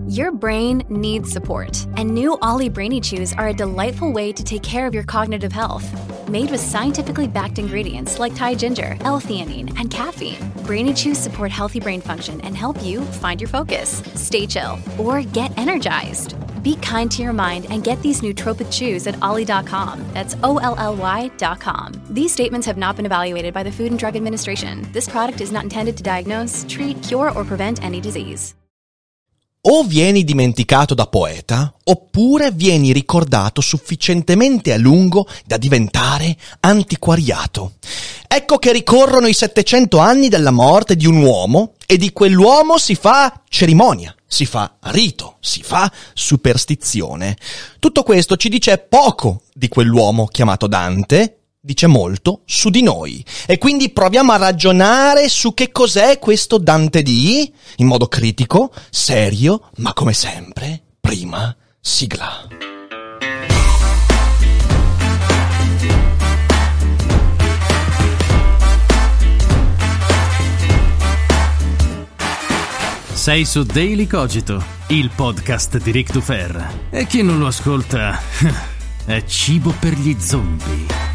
Your brain needs support, and new Ollie Brainy Chews are a delightful way to take care of your cognitive health. Made with scientifically backed ingredients like Thai ginger, L-theanine, and caffeine, Brainy Chews support healthy brain function and help you find your focus, stay chill, or get energized. Be kind to your mind and get these nootropic chews at ollie.com. That's OLLY.com. These statements have not been evaluated by the Food and Drug Administration. This product is not intended to diagnose, treat, cure, or prevent any disease. O vieni dimenticato da poeta, oppure vieni ricordato sufficientemente a lungo da diventare antiquariato. Ecco che ricorrono i 700 anni dalla morte di un uomo e di quell'uomo si fa cerimonia, si fa rito, si fa superstizione. Tutto questo ci dice poco di quell'uomo chiamato Dante, dice molto su di noi. E quindi proviamo a ragionare su che cos'è questo Dante D, in modo critico, serio, ma come sempre, prima, sigla. Sei su Daily Cogito, il podcast di Ric Dufer. E chi non lo ascolta è cibo per gli zombie.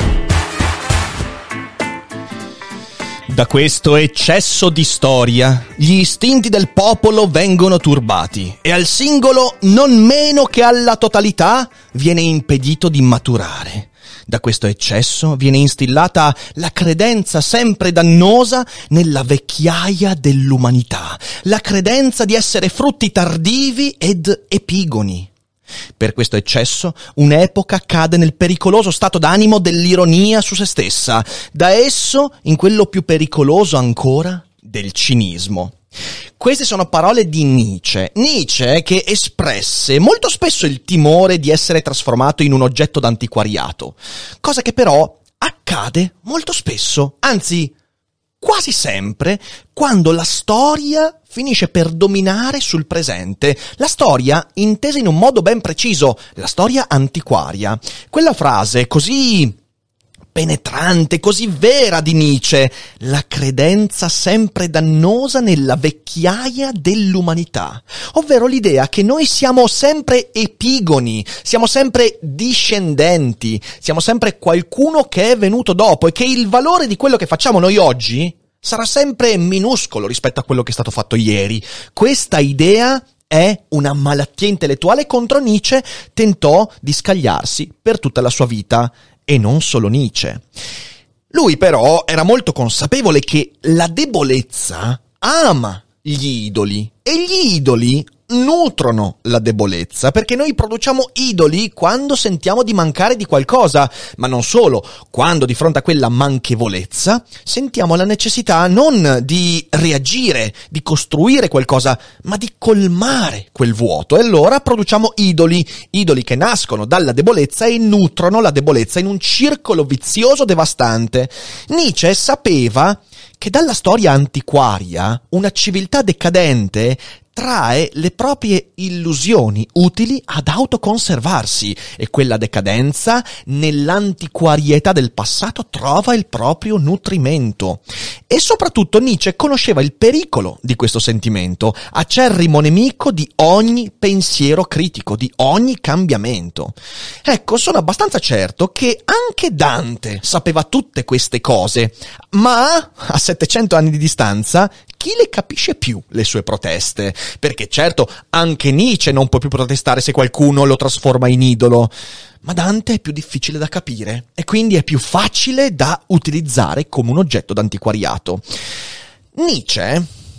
Da questo eccesso di storia, gli istinti del popolo vengono turbati e al singolo, non meno che alla totalità, viene impedito di maturare. Da questo eccesso viene instillata la credenza sempre dannosa nella vecchiaia dell'umanità, la credenza di essere frutti tardivi ed epigoni. Per questo eccesso, un'epoca cade nel pericoloso stato d'animo dell'ironia su se stessa, da esso in quello più pericoloso ancora del cinismo. Queste sono parole di Nietzsche che espresse molto spesso il timore di essere trasformato in un oggetto d'antiquariato, cosa che però accade molto spesso, anzi quasi sempre, quando la storia finisce per dominare sul presente. La storia intesa in un modo ben preciso, la storia antiquaria. Quella frase così penetrante, così vera di Nietzsche, la credenza sempre dannosa nella vecchiaia dell'umanità, ovvero l'idea che noi siamo sempre epigoni, siamo sempre discendenti, siamo sempre qualcuno che è venuto dopo e che il valore di quello che facciamo noi oggi sarà sempre minuscolo rispetto a quello che è stato fatto ieri. Questa idea è una malattia intellettuale contro Nietzsche tentò di scagliarsi per tutta la sua vita. E non solo Nietzsche. Lui però era molto consapevole che la debolezza ama gli idoli e gli idoli nutrono la debolezza, perché noi produciamo idoli quando sentiamo di mancare di qualcosa, ma non solo, quando di fronte a quella manchevolezza sentiamo la necessità non di reagire, di costruire qualcosa, ma di colmare quel vuoto, e allora produciamo idoli che nascono dalla debolezza e nutrono la debolezza in un circolo vizioso devastante. Nietzsche sapeva che dalla storia antiquaria una civiltà decadente trae le proprie illusioni utili ad autoconservarsi e quella decadenza nell'antiquarietà del passato trova il proprio nutrimento. E soprattutto Nietzsche conosceva il pericolo di questo sentimento, acerrimo nemico di ogni pensiero critico, di ogni cambiamento. Ecco, sono abbastanza certo che anche Dante sapeva tutte queste cose, ma a 700 anni di distanza chi le capisce più le sue proteste? Perché certo, anche Nietzsche non può più protestare se qualcuno lo trasforma in idolo, ma Dante è più difficile da capire e quindi è più facile da utilizzare come un oggetto d'antiquariato. Nietzsche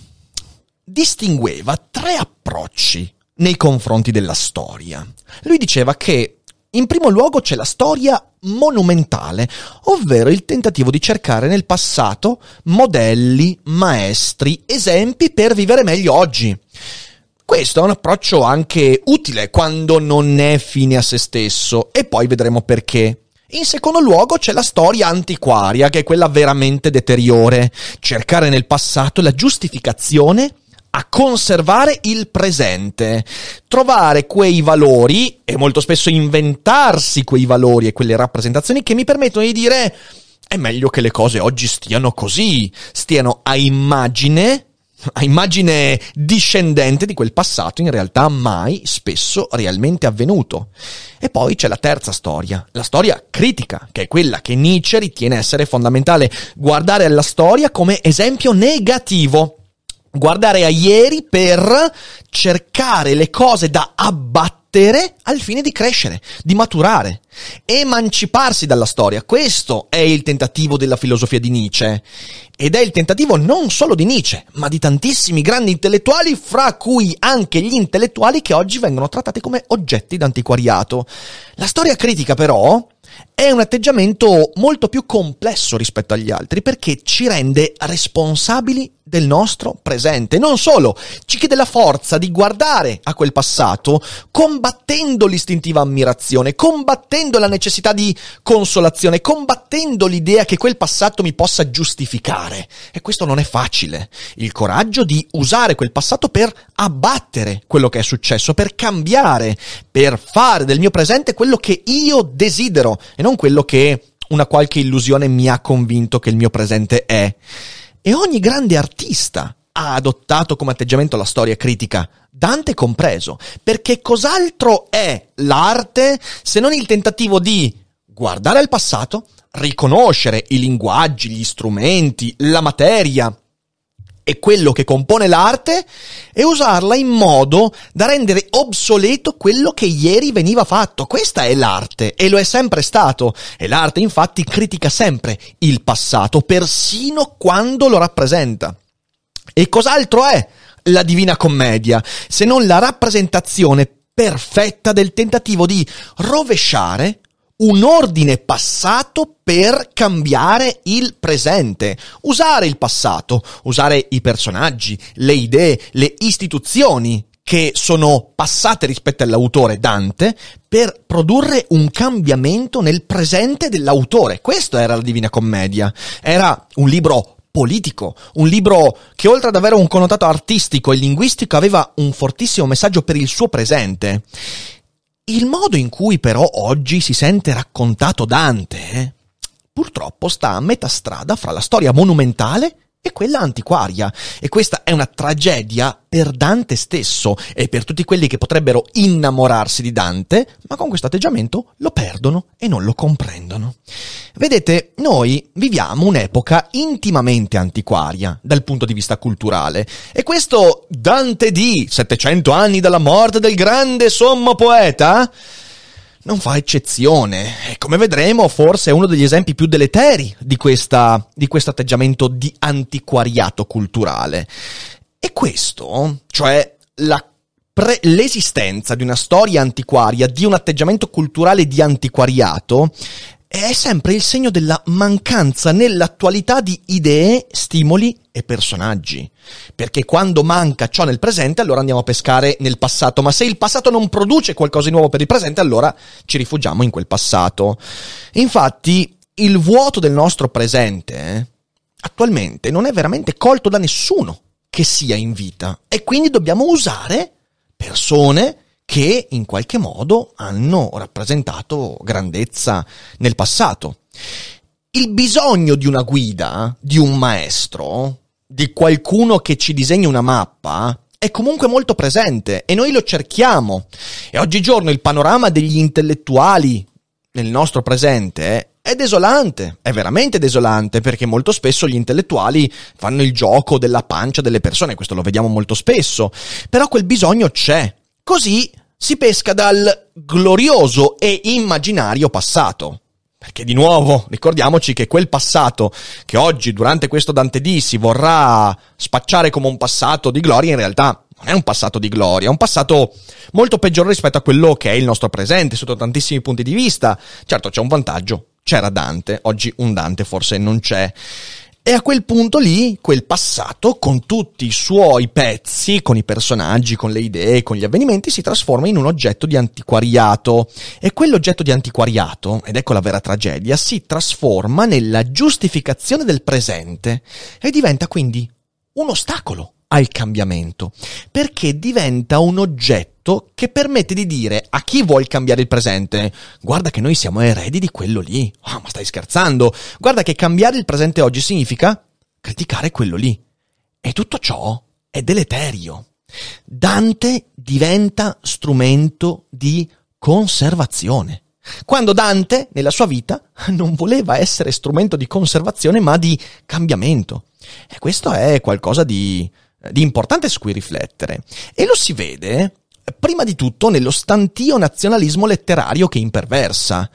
distingueva 3 approcci nei confronti della storia. Lui diceva che in primo luogo c'è la storia monumentale, ovvero il tentativo di cercare nel passato modelli, maestri, esempi per vivere meglio oggi. Questo è un approccio anche utile quando non è fine a se stesso, e poi vedremo perché. In secondo luogo c'è la storia antiquaria, che è quella veramente deteriore, cercare nel passato la giustificazione a conservare il presente, trovare quei valori e molto spesso inventarsi quei valori e quelle rappresentazioni che mi permettono di dire è meglio che le cose oggi stiano così, stiano a immagine a immagine discendente di quel passato in realtà mai spesso realmente avvenuto. E poi c'è la terza storia, la storia critica, che è quella che Nietzsche ritiene essere fondamentale, guardare alla storia come esempio negativo, guardare a ieri per cercare le cose da abbattere al fine di crescere, di maturare, emanciparsi dalla storia. Questo è il tentativo della filosofia di Nietzsche, ed è il tentativo non solo di Nietzsche, ma di tantissimi grandi intellettuali, fra cui anche gli intellettuali che oggi vengono trattati come oggetti d'antiquariato. La storia critica però è un atteggiamento molto più complesso rispetto agli altri, perché ci rende responsabili del nostro presente. Non solo, ci chiede la forza di guardare a quel passato combattendo l'istintiva ammirazione, combattendo la necessità di consolazione, combattendo l'idea che quel passato mi possa giustificare. E questo non è facile. Il coraggio di usare quel passato per abbattere quello che è successo, per cambiare, per fare del mio presente quello che io desidero e non quello che una qualche illusione mi ha convinto che il mio presente è. E ogni grande artista ha adottato come atteggiamento la storia critica, Dante compreso, perché cos'altro è l'arte se non il tentativo di guardare al passato, riconoscere i linguaggi, gli strumenti, la materia e quello che compone l'arte e usarla in modo da rendere obsoleto quello che ieri veniva fatto. Questa è l'arte e lo è sempre stato. E l'arte infatti critica sempre il passato, persino quando lo rappresenta. E cos'altro è la Divina Commedia se non la rappresentazione perfetta del tentativo di rovesciare un ordine passato per cambiare il presente, usare il passato, usare i personaggi, le idee, le istituzioni che sono passate rispetto all'autore Dante per produrre un cambiamento nel presente dell'autore. Questo era la Divina Commedia. Era un libro politico, un libro che oltre ad avere un connotato artistico e linguistico aveva un fortissimo messaggio per il suo presente. Il modo in cui però oggi si sente raccontato Dante, purtroppo sta a metà strada fra la storia monumentale e quella antiquaria. E questa è una tragedia per Dante stesso e per tutti quelli che potrebbero innamorarsi di Dante, ma con questo atteggiamento lo perdono e non lo comprendono. Vedete, noi viviamo un'epoca intimamente antiquaria dal punto di vista culturale. E questo Dante di 700 anni dalla morte del grande sommo poeta non fa eccezione, e come vedremo forse è uno degli esempi più deleteri di questo atteggiamento di antiquariato culturale. E questo, cioè l'esistenza di una storia antiquaria, di un atteggiamento culturale di antiquariato, è sempre il segno della mancanza nell'attualità di idee, stimoli e personaggi. Perché quando manca ciò nel presente, allora andiamo a pescare nel passato. Ma se il passato non produce qualcosa di nuovo per il presente, allora ci rifugiamo in quel passato. Infatti, il vuoto del nostro presente attualmente non è veramente colto da nessuno che sia in vita. E quindi dobbiamo usare persone che in qualche modo hanno rappresentato grandezza nel passato. Il bisogno di una guida, di un maestro, di qualcuno che ci disegni una mappa, è comunque molto presente e noi lo cerchiamo. E oggigiorno il panorama degli intellettuali nel nostro presente è desolante, è veramente desolante, perché molto spesso gli intellettuali fanno il gioco della pancia delle persone, questo lo vediamo molto spesso, però quel bisogno c'è. Così si pesca dal glorioso e immaginario passato. Perché di nuovo ricordiamoci che quel passato che oggi durante questo Dante Dì si vorrà spacciare come un passato di gloria, in realtà non è un passato di gloria, è un passato molto peggiore rispetto a quello che è il nostro presente sotto tantissimi punti di vista. Certo, c'è un vantaggio, c'era Dante, oggi un Dante forse non c'è. E a quel punto lì, quel passato, con tutti i suoi pezzi, con i personaggi, con le idee, con gli avvenimenti, si trasforma in un oggetto di antiquariato. E quell'oggetto di antiquariato, ed ecco la vera tragedia, si trasforma nella giustificazione del presente e diventa quindi un ostacolo al cambiamento, perché diventa un oggetto che permette di dire a chi vuol cambiare il presente: guarda che noi siamo eredi di quello lì. Oh, ma stai scherzando? Guarda che cambiare il presente oggi significa criticare quello lì. E tutto ciò è deleterio. Dante diventa strumento di conservazione, quando Dante, nella sua vita, non voleva essere strumento di conservazione, ma di cambiamento. E questo è qualcosa di importante su cui riflettere. E lo si vede, prima di tutto, nello stantio nazionalismo letterario che imperversa.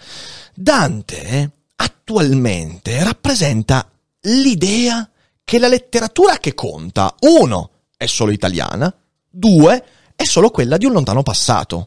Dante, attualmente, rappresenta l'idea che la letteratura che conta, 1, è solo italiana, 2, è solo quella di un lontano passato.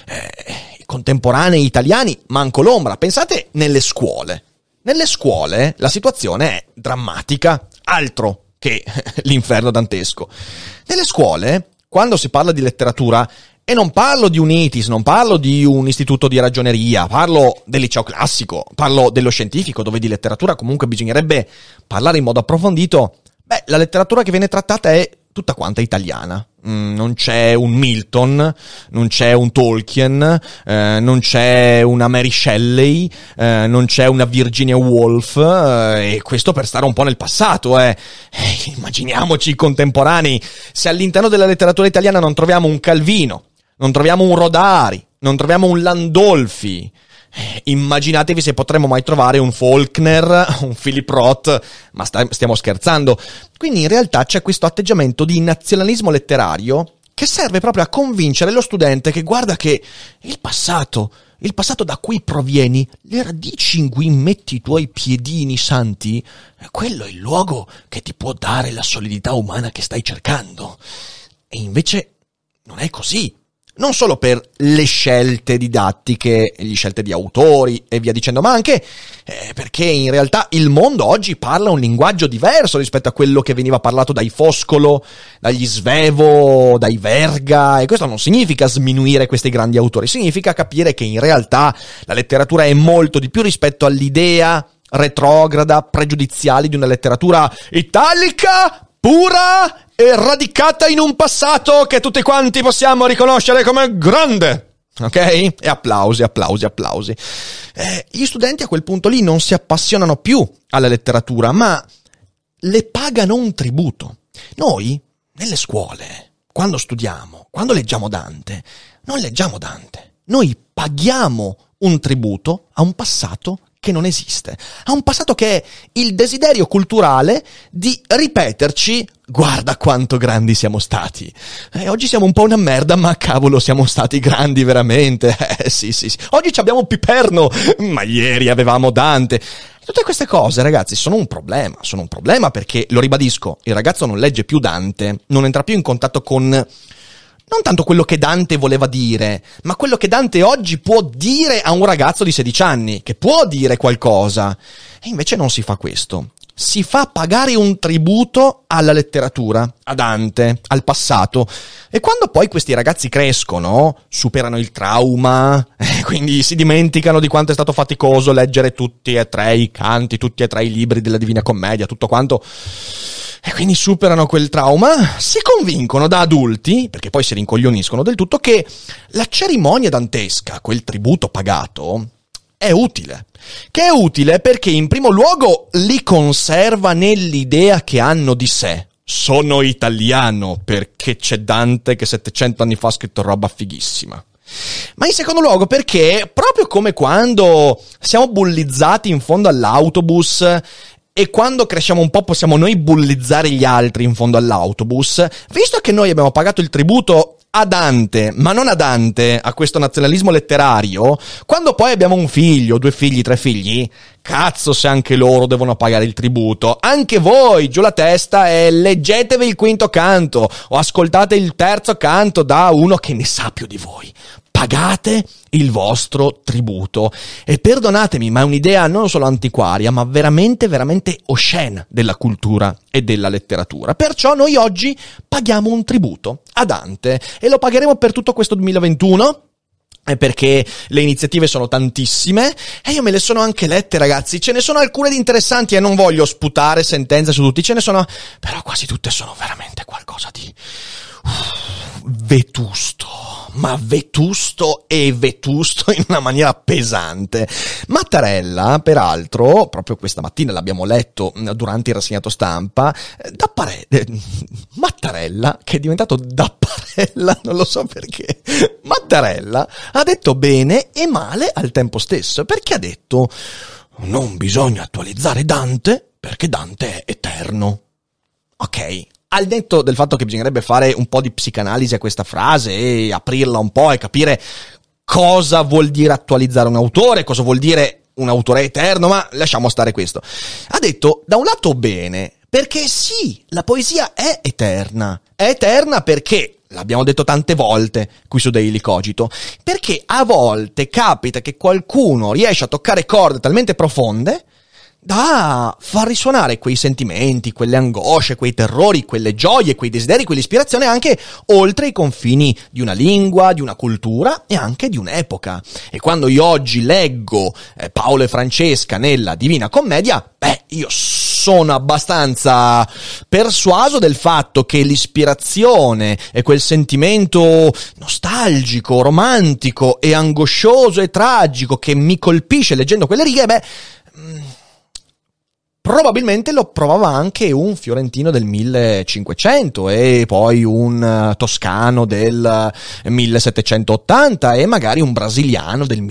I contemporanei italiani manco l'ombra. Pensate nelle scuole. Nelle scuole la situazione è drammatica, altro che l'inferno dantesco. Nelle scuole, quando si parla di letteratura, e non parlo di un ITIS, non parlo di un istituto di ragioneria, parlo del liceo classico, parlo dello scientifico, dove di letteratura comunque bisognerebbe parlare in modo approfondito, la letteratura che viene trattata è tutta quanta italiana. Non c'è un Milton, non c'è un Tolkien, non c'è una Mary Shelley, non c'è una Virginia Woolf, e questo per stare un po' nel passato. Immaginiamoci i contemporanei. Se all'interno della letteratura italiana non troviamo un Calvino, non troviamo un Rodari, non troviamo un Landolfi, immaginatevi se potremmo mai trovare un Faulkner, un Philip Roth, ma stiamo scherzando. Quindi in realtà c'è questo atteggiamento di nazionalismo letterario che serve proprio a convincere lo studente che guarda che il passato da cui provieni, le radici in cui metti i tuoi piedini santi, quello è il luogo che ti può dare la solidità umana che stai cercando. E invece non è così. Non solo per le scelte didattiche, le scelte di autori e via dicendo, ma anche perché in realtà il mondo oggi parla un linguaggio diverso rispetto a quello che veniva parlato dai Foscolo, dagli Svevo, dai Verga, e questo non significa sminuire questi grandi autori, significa capire che in realtà la letteratura è molto di più rispetto all'idea retrograda, pregiudiziale di una letteratura italica, pura e radicata in un passato che tutti quanti possiamo riconoscere come grande. Ok? E applausi. Gli studenti a quel punto lì non si appassionano più alla letteratura, ma le pagano un tributo. Noi, nelle scuole, quando studiamo, quando leggiamo Dante, non leggiamo Dante. Noi paghiamo un tributo a un passato che non esiste, a un passato che è il desiderio culturale di ripeterci: guarda quanto grandi siamo stati. Oggi siamo un po' una merda, ma cavolo siamo stati grandi veramente. Sì. Oggi abbiamo Piperno, ma ieri avevamo Dante. Tutte queste cose, ragazzi, sono un problema perché, lo ribadisco, il ragazzo non legge più Dante, non entra più in contatto con non tanto quello che Dante voleva dire, ma quello che Dante oggi può dire a un ragazzo di 16 anni, che può dire qualcosa. E invece non si fa questo. Si fa pagare un tributo alla letteratura, a Dante, al passato. E quando poi questi ragazzi crescono, superano il trauma, quindi si dimenticano di quanto è stato faticoso leggere tutti e tre i canti, tutti e tre i libri della Divina Commedia, tutto quanto, e quindi superano quel trauma, si convincono da adulti, perché poi si rincoglioniscono del tutto, che la cerimonia dantesca, quel tributo pagato, è utile. Che è utile perché in primo luogo li conserva nell'idea che hanno di sé. Sono italiano perché c'è Dante che 700 anni fa ha scritto roba fighissima. Ma in secondo luogo perché, proprio come quando siamo bullizzati in fondo all'autobus e quando cresciamo un po' possiamo noi bullizzare gli altri in fondo all'autobus, visto che noi abbiamo pagato il tributo a Dante, ma non a Dante, a questo nazionalismo letterario, quando poi abbiamo un figlio, 2 figli, 3 figli, cazzo se anche loro devono pagare il tributo. Anche voi, giù la testa, e leggetevi il quinto canto, o ascoltate il terzo canto da uno che ne sa più di voi. Pagate il vostro tributo. E perdonatemi, ma è un'idea non solo antiquaria, ma veramente, veramente oscena della cultura e della letteratura. Perciò noi oggi paghiamo un tributo a Dante e lo pagheremo per tutto questo 2021. Perché le iniziative sono tantissime e io me le sono anche lette, ragazzi. Ce ne sono alcune di interessanti e non voglio sputare sentenze su tutti, ce ne sono, però quasi tutte sono veramente qualcosa di vetusto. ma vetusto in una maniera pesante. Mattarella, peraltro, proprio questa mattina l'abbiamo letto durante il rassegnato stampa, Mattarella, che è diventato Dapparella, non lo so perché, Mattarella ha detto bene e male al tempo stesso, perché ha detto non bisogna attualizzare Dante perché Dante è eterno. Ok, al netto del fatto che bisognerebbe fare un po' di psicanalisi a questa frase e aprirla un po' e capire cosa vuol dire attualizzare un autore, cosa vuol dire un autore eterno, ma lasciamo stare questo. Ha detto da un lato bene, perché sì, la poesia è eterna perché, l'abbiamo detto tante volte qui su Daily Cogito, perché a volte capita che qualcuno riesce a toccare corde talmente profonde da far risuonare quei sentimenti, quelle angosce, quei terrori, quelle gioie, quei desideri, quell'ispirazione anche oltre i confini di una lingua, di una cultura e anche di un'epoca. E quando io oggi leggo Paolo e Francesca nella Divina Commedia, io sono abbastanza persuaso del fatto che l'ispirazione e quel sentimento nostalgico, romantico e angoscioso e tragico che mi colpisce leggendo quelle righe, probabilmente lo provava anche un fiorentino del 1500 e poi un toscano del 1780 e magari un brasiliano del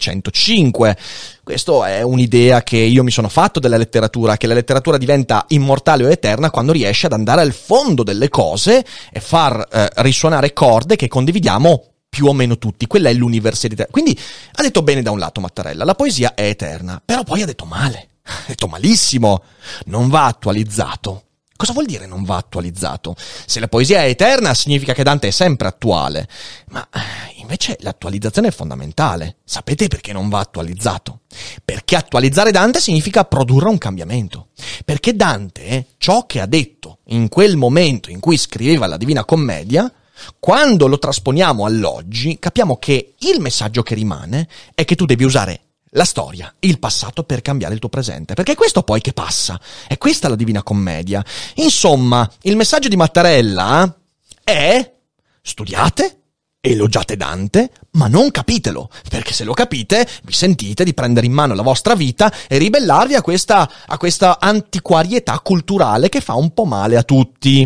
1905. Questa è un'idea che io mi sono fatto della letteratura, che la letteratura diventa immortale o eterna quando riesce ad andare al fondo delle cose e far risuonare corde che condividiamo più o meno tutti. Quella è l'universalità. Quindi ha detto bene da un lato Mattarella, la poesia è eterna, però poi ha detto male. Ha detto malissimo, non va attualizzato. Cosa vuol dire non va attualizzato? Se la poesia è eterna significa che Dante è sempre attuale, ma invece l'attualizzazione è fondamentale. Sapete perché non va attualizzato? Perché attualizzare Dante significa produrre un cambiamento. Perché Dante, ciò che ha detto in quel momento in cui scriveva la Divina Commedia, quando lo trasponiamo all'oggi, capiamo che il messaggio che rimane è che tu devi usare la storia, il passato per cambiare il tuo presente, perché è questo poi che passa, è questa la Divina Commedia. Insomma, il messaggio di Mattarella è: studiate, elogiate Dante, ma non capitelo, perché se lo capite vi sentite di prendere in mano la vostra vita e ribellarvi a questa antiquarietà culturale che fa un po' male a tutti.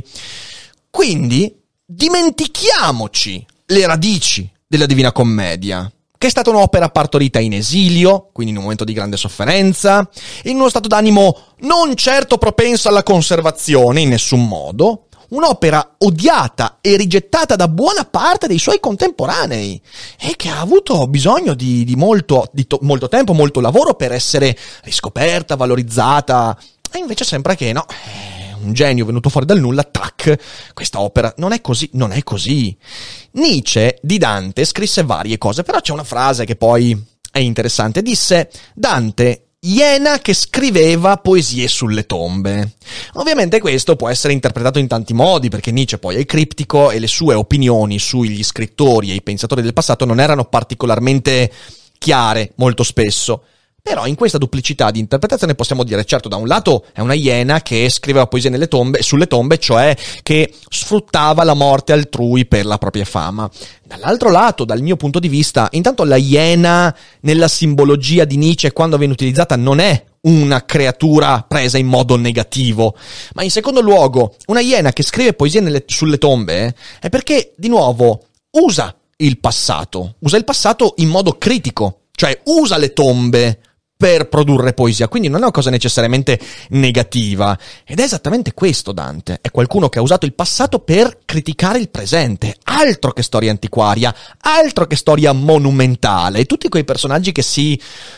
Quindi dimentichiamoci le radici della Divina Commedia, che è stata un'opera partorita in esilio, quindi in un momento di grande sofferenza, in uno stato d'animo non certo propenso alla conservazione in nessun modo, un'opera odiata e rigettata da buona parte dei suoi contemporanei e che ha avuto bisogno di molto tempo, molto lavoro per essere riscoperta, valorizzata, e invece sembra che no, un genio venuto fuori dal nulla, tac, questa opera non è così. Nietzsche di Dante scrisse varie cose, però c'è una frase che poi è interessante. Disse: Dante, iena che scriveva poesie sulle tombe. Ovviamente questo può essere interpretato in tanti modi, perché Nietzsche poi è criptico e le sue opinioni sugli scrittori e i pensatori del passato non erano particolarmente chiare molto spesso. Però in questa duplicità di interpretazione possiamo dire, certo, da un lato è una iena che scriveva poesie sulle tombe, cioè che sfruttava la morte altrui per la propria fama. Dall'altro lato, dal mio punto di vista, intanto la iena nella simbologia di Nietzsche, quando viene utilizzata, non è una creatura presa in modo negativo, ma in secondo luogo, una iena che scrive poesie sulle tombe è perché, di nuovo, usa il passato in modo critico, cioè usa le tombe per produrre poesia, quindi non è una cosa necessariamente negativa. Ed è esattamente questo Dante, è qualcuno che ha usato il passato per criticare il presente, altro che storia antiquaria, altro che storia monumentale. E tutti quei personaggi che si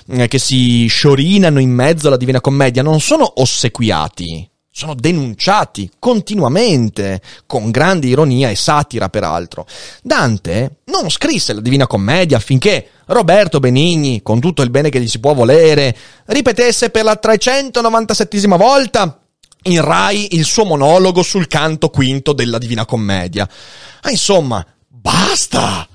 sciorinano in mezzo alla Divina Commedia non sono ossequiati, sono denunciati continuamente, con grande ironia e satira peraltro. Dante non scrisse la Divina Commedia affinché Roberto Benigni, con tutto il bene che gli si può volere, ripetesse per la 397esima volta in Rai il suo monologo sul canto quinto della Divina Commedia. Insomma, basta!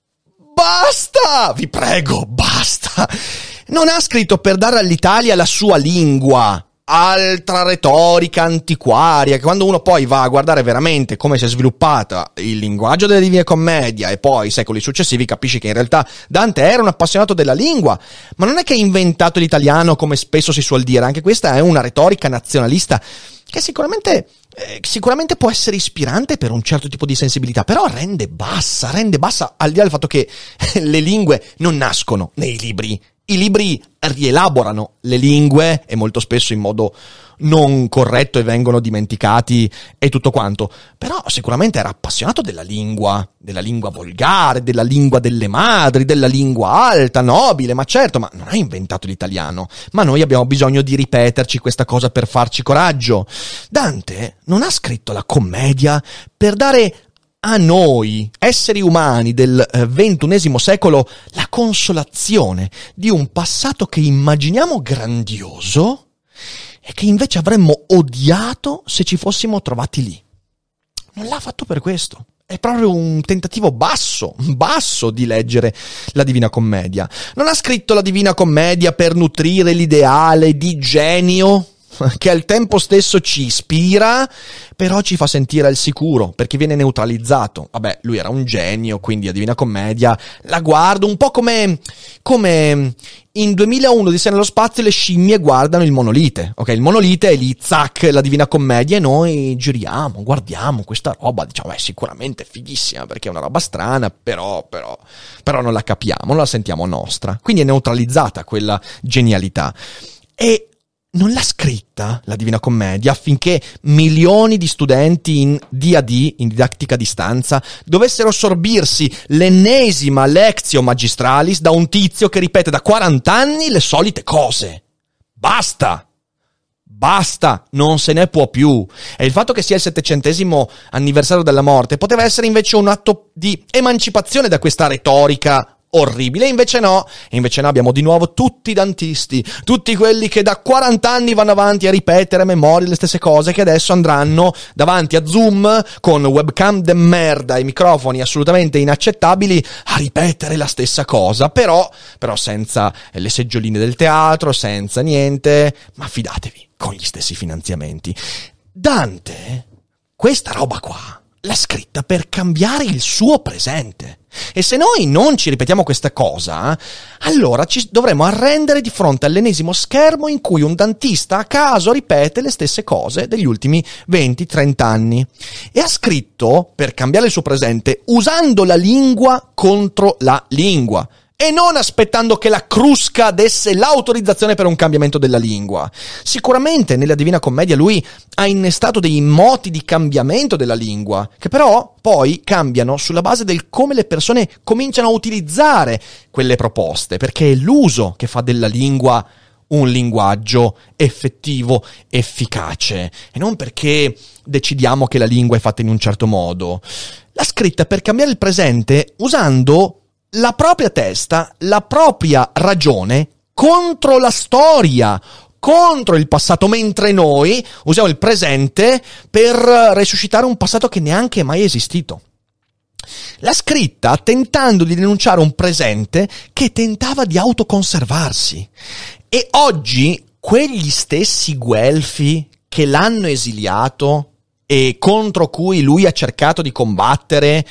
Vi prego, basta! Non ha scritto per dare all'Italia la sua lingua, altra retorica antiquaria, che quando uno poi va a guardare veramente come si è sviluppata il linguaggio della Divina Commedia e poi i secoli successivi, capisci che in realtà Dante era un appassionato della lingua, ma non è che ha inventato l'italiano come spesso si suol dire. Anche questa è una retorica nazionalista che sicuramente può essere ispirante per un certo tipo di sensibilità, però rende bassa, al di là del fatto che le lingue non nascono nei libri. I libri rielaborano le lingue e molto spesso in modo non corretto e vengono dimenticati e tutto quanto. Però sicuramente era appassionato della lingua volgare, della lingua delle madri, della lingua alta, nobile, ma certo, ma non ha inventato l'italiano. Ma noi abbiamo bisogno di ripeterci questa cosa per farci coraggio. Dante non ha scritto la commedia per dare a noi, esseri umani del XXI secolo, la consolazione di un passato che immaginiamo grandioso e che invece avremmo odiato se ci fossimo trovati lì. Non l'ha fatto per questo. È proprio un tentativo basso di leggere la Divina Commedia. Non ha scritto la Divina Commedia per nutrire l'ideale di genio che al tempo stesso ci ispira, però ci fa sentire al sicuro, perché viene neutralizzato. Vabbè, lui era un genio, quindi la Divina Commedia la guardo un po' come in 2001 Odissea nello spazio le scimmie guardano il monolite. Ok, il monolite è lì, zac, la Divina Commedia, e noi giriamo, guardiamo questa roba, diciamo, sicuramente fighissima, perché è una roba strana, però non la capiamo, non la sentiamo nostra. Quindi è neutralizzata quella genialità. E non l'ha scritta la Divina Commedia affinché milioni di studenti in DAD, in didattica a distanza, dovessero sorbirsi l'ennesima lectio magistralis da un tizio che ripete da 40 anni le solite cose. Basta, non se ne può più. E il fatto che sia il 700° anniversario della morte poteva essere invece un atto di emancipazione da questa retorica orribile. Invece no, abbiamo di nuovo tutti i dantisti, tutti quelli che da 40 anni vanno avanti a ripetere a memoria le stesse cose, che adesso andranno davanti a Zoom con webcam de merda e microfoni assolutamente inaccettabili a ripetere la stessa cosa, però senza le seggioline del teatro, senza niente, ma fidatevi, con gli stessi finanziamenti. Dante, questa roba qua, l'ha scritta per cambiare il suo presente. E se noi non ci ripetiamo questa cosa, allora ci dovremo arrendere di fronte all'ennesimo schermo in cui un dantista a caso ripete le stesse cose degli ultimi 20-30 anni. E ha scritto per cambiare il suo presente usando la lingua contro la lingua, e non aspettando che la Crusca desse l'autorizzazione per un cambiamento della lingua. Sicuramente nella Divina Commedia lui ha innestato dei moti di cambiamento della lingua, che però poi cambiano sulla base del come le persone cominciano a utilizzare quelle proposte, perché è l'uso che fa della lingua un linguaggio effettivo, efficace, e non perché decidiamo che la lingua è fatta in un certo modo. L'ha scritta per cambiare il presente usando la propria testa, la propria ragione contro la storia, contro il passato, mentre noi usiamo il presente per resuscitare un passato che neanche è mai esistito. L'ha scritta tentando di denunciare un presente che tentava di autoconservarsi. E oggi quegli stessi guelfi che l'hanno esiliato e contro cui lui ha cercato di combattere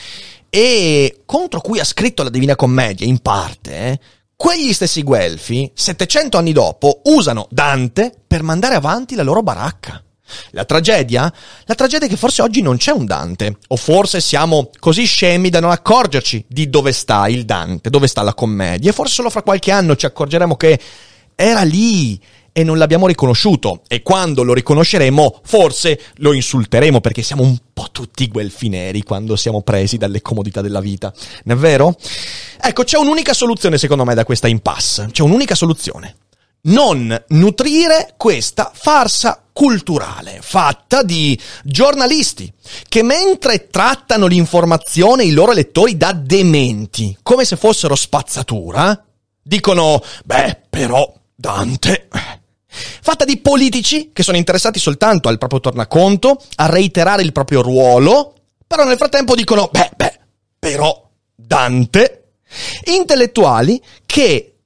e contro cui ha scritto la Divina Commedia in parte, quegli stessi guelfi 700 anni dopo usano Dante per mandare avanti la loro baracca. La tragedia è che forse oggi non c'è un Dante, o forse siamo così scemi da non accorgerci di dove sta il Dante, dove sta la commedia, e forse solo fra qualche anno ci accorgeremo che era lì e non l'abbiamo riconosciuto, e quando lo riconosceremo forse lo insulteremo, perché siamo un po' tutti guelfi neri quando siamo presi dalle comodità della vita, non è vero? Ecco, c'è un'unica soluzione secondo me da questa impasse, c'è un'unica soluzione: non nutrire questa farsa culturale fatta di giornalisti che, mentre trattano l'informazione i loro lettori da dementi come se fossero spazzatura, dicono però Dante, fatta di politici che sono interessati soltanto al proprio tornaconto, a reiterare il proprio ruolo, però nel frattempo dicono però Dante, intellettuali che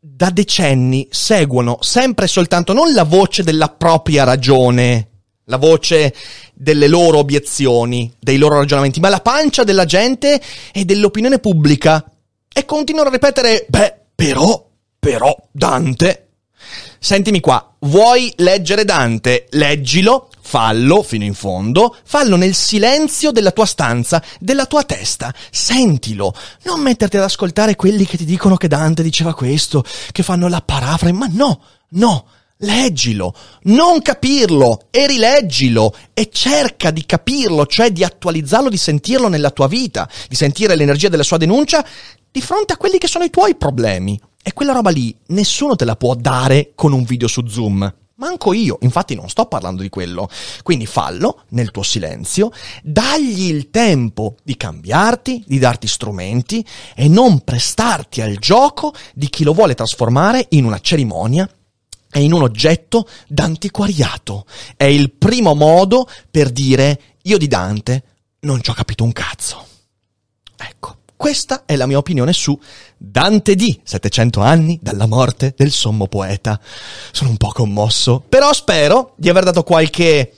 da decenni seguono sempre e soltanto non la voce della propria ragione, la voce delle loro obiezioni, dei loro ragionamenti, ma la pancia della gente e dell'opinione pubblica, e continuano a ripetere: però, Dante. Sentimi qua, vuoi leggere Dante? Leggilo, fallo fino in fondo, fallo nel silenzio della tua stanza, della tua testa, sentilo, non metterti ad ascoltare quelli che ti dicono che Dante diceva questo, che fanno la parafrasi, ma no, leggilo, non capirlo e rileggilo e cerca di capirlo, cioè di attualizzarlo, di sentirlo nella tua vita, di sentire l'energia della sua denuncia di fronte a quelli che sono i tuoi problemi. E quella roba lì nessuno te la può dare con un video su Zoom. Manco io, infatti non sto parlando di quello. Quindi fallo nel tuo silenzio, dagli il tempo di cambiarti, di darti strumenti e non prestarti al gioco di chi lo vuole trasformare in una cerimonia e in un oggetto d'antiquariato. È il primo modo per dire: io di Dante non ci ho capito un cazzo. Ecco. Questa è la mia opinione su Dante D, 700 anni dalla morte del sommo poeta. Sono un po' commosso, però spero di aver dato qualche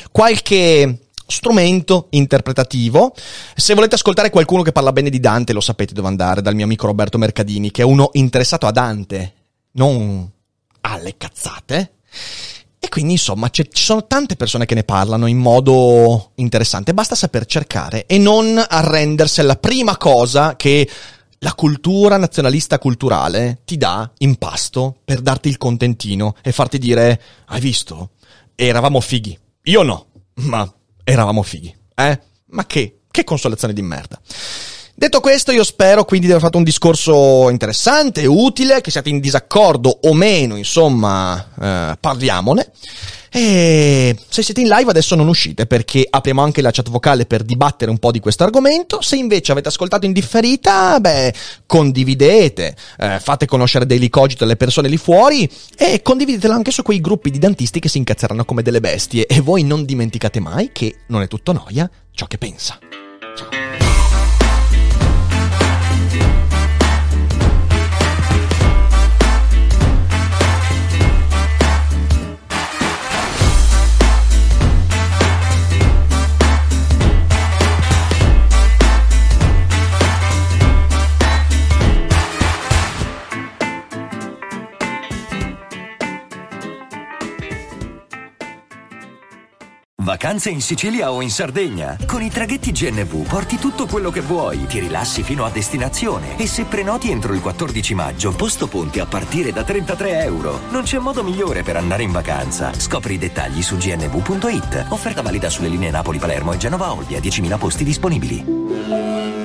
strumento interpretativo. Se volete ascoltare qualcuno che parla bene di Dante, lo sapete dove andare, dal mio amico Roberto Mercadini, che è uno interessato a Dante, non alle cazzate. E quindi, insomma, ci sono tante persone che ne parlano in modo interessante. Basta saper cercare e non arrendersi alla prima cosa che la cultura nazionalista culturale ti dà in pasto per darti il contentino e farti dire: hai visto? Eravamo fighi. Io no, ma eravamo fighi. Ma che consolazione di merda. Detto questo, io spero quindi di aver fatto un discorso interessante, utile, che siate in disaccordo o meno, insomma, parliamone. E se siete in live adesso non uscite, perché apriamo anche la chat vocale per dibattere un po' di questo argomento. Se invece avete ascoltato in differita, condividete, fate conoscere Daily Cogito alle persone lì fuori e condividetelo anche su quei gruppi di dantisti che si incazzeranno come delle bestie. E voi non dimenticate mai che non è tutto noia ciò che pensa. Ciao. Vacanze in Sicilia o in Sardegna? Con i traghetti GNV porti tutto quello che vuoi, ti rilassi fino a destinazione e se prenoti entro il 14 maggio, posto ponti a partire da €33. Non c'è modo migliore per andare in vacanza. Scopri i dettagli su gnv.it. Offerta valida sulle linee Napoli-Palermo e Genova-Olbia, 10.000 posti disponibili.